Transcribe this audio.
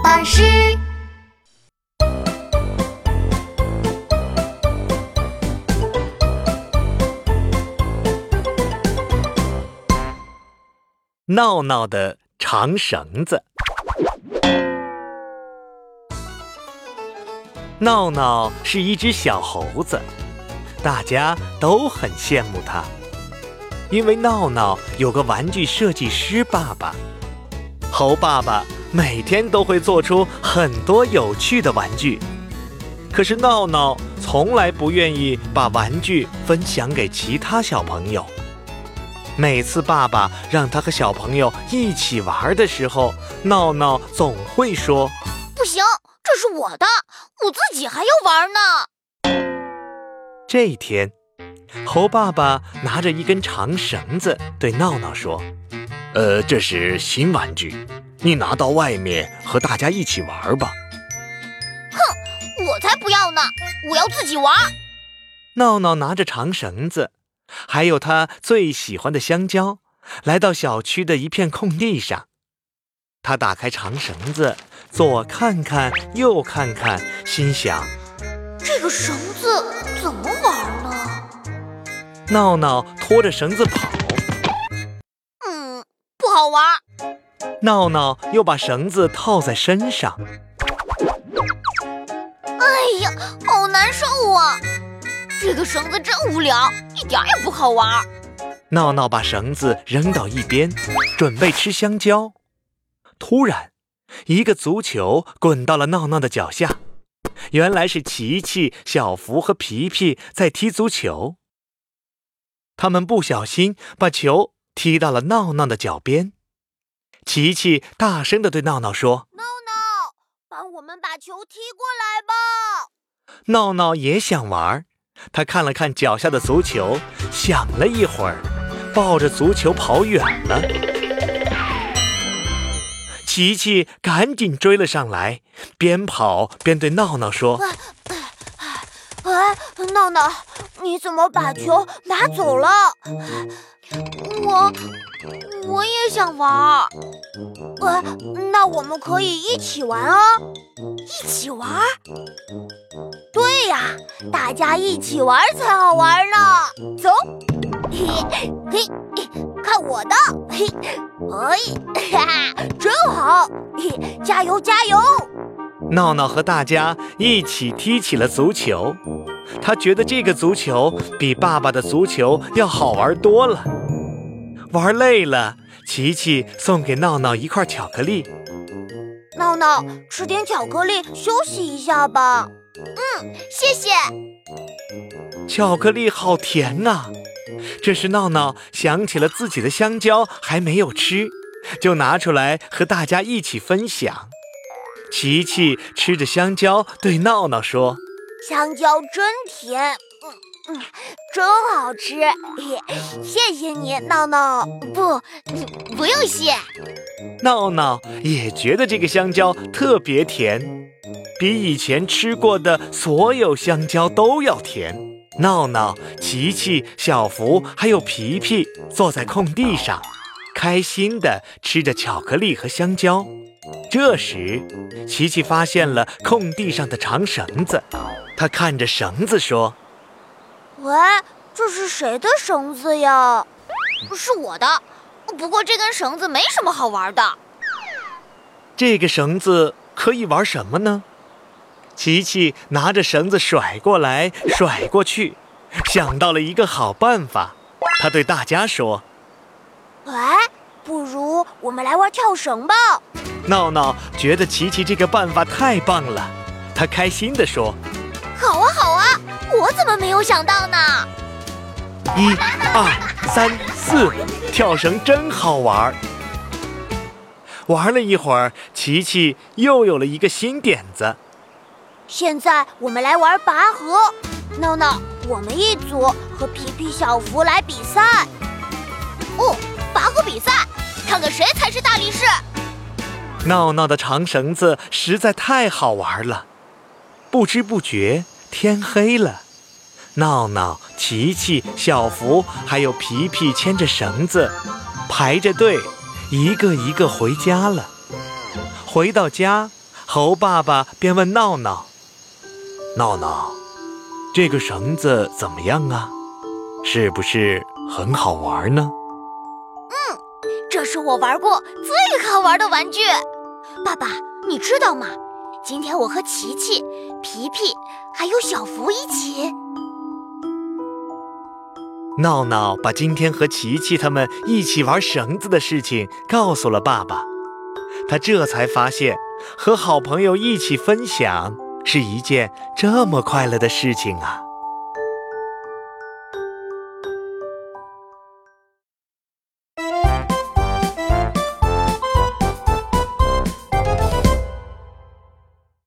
巴士。 闹闹的长绳子。闹闹是一只小猴子，大家都很羡慕它，因为闹闹有个玩具设计师爸爸。猴爸爸每天都会做出很多有趣的玩具，可是闹闹从来不愿意把玩具分享给其他小朋友。每次爸爸让他和小朋友一起玩的时候，闹闹总会说： 不行，这是我的，我自己还要玩呢。 这一天，猴爸爸拿着一根长绳子对闹闹说：这是新玩具，你拿到外面和大家一起玩吧。 哼，我才不要呢，我要自己玩。 闹闹拿着长绳子还有他最喜欢的香蕉，来到小区的一片空地上。他打开长绳子，左看看右看看，心想： 这个绳子怎么玩呢？ 闹闹拖着绳子跑， 不好玩。 闹闹又把绳子套在身上， 哎呀，好难受啊！这个绳子真无聊，一点也不好玩。 闹闹把绳子扔到一边，准备吃香蕉。突然，一个足球滚到了闹闹的脚下。原来是琪琪、小福和皮皮在踢足球。他们不小心把球踢到了闹闹的脚边。琪琪大声地对闹闹说： 闹闹，帮我们把球踢过来吧。 闹闹也想玩，他看了看脚下的足球，想了一会儿，抱着足球跑远了。琪琪赶紧追了上来，边跑边对闹闹说： 闹闹，你怎么把球拿走了？我也想玩。那我们可以一起玩啊。一起玩？对呀，大家一起玩才好玩呢。走，嘿，看我的，真好，加油加油！ 闹闹和大家一起踢起了足球，他觉得这个足球比爸爸的足球要好玩多了。玩累了，琪琪送给闹闹一块巧克力。 闹闹，吃点巧克力休息一下吧。谢谢。 巧克力好甜啊！这时闹闹想起了自己的香蕉还没有吃，就拿出来和大家一起分享。琪琪吃着香蕉对闹闹说： 香蕉真甜，真好吃，谢谢你，闹闹。不用谢。 闹闹也觉得这个香蕉特别甜，比以前吃过的所有香蕉都要甜。闹闹、琪琪、小福还有皮皮坐在空地上，开心地吃着巧克力和香蕉。这时，琪琪发现了空地上的长绳子，他看着绳子说： 喂，这是谁的绳子呀？是我的，不过这根绳子没什么好玩的。 这个绳子可以玩什么呢？琪琪拿着绳子甩过来甩过去，想到了一个好办法。他对大家说： 不如我们来玩跳绳吧。 闹闹觉得琪琪这个办法太棒了，他开心地说： 好啊好啊，我怎么没有想到呢 ？1、2、3、4，跳绳真好玩。玩了一会儿，琪琪又有了一个新点子。 现在我们来玩拔河。闹闹，我们一组和皮皮、小福来比赛。拔河比赛，看看谁才是大力士。 闹闹的长绳子实在太好玩了。不知不觉天黑了，闹闹、琪琪、小福还有皮皮牵着绳子，排着队，一个一个回家了。回到家， 猴爸爸便问闹闹：“闹闹，这个绳子怎么样啊？是不是很好玩呢？” 这是我玩过最好玩的玩具。爸爸，你知道吗？今天我和琪琪、皮皮还有小福一起。 闹闹把今天和琪琪他们一起玩绳子的事情告诉了爸爸，他这才发现和好朋友一起分享是一件这么快乐的事情啊。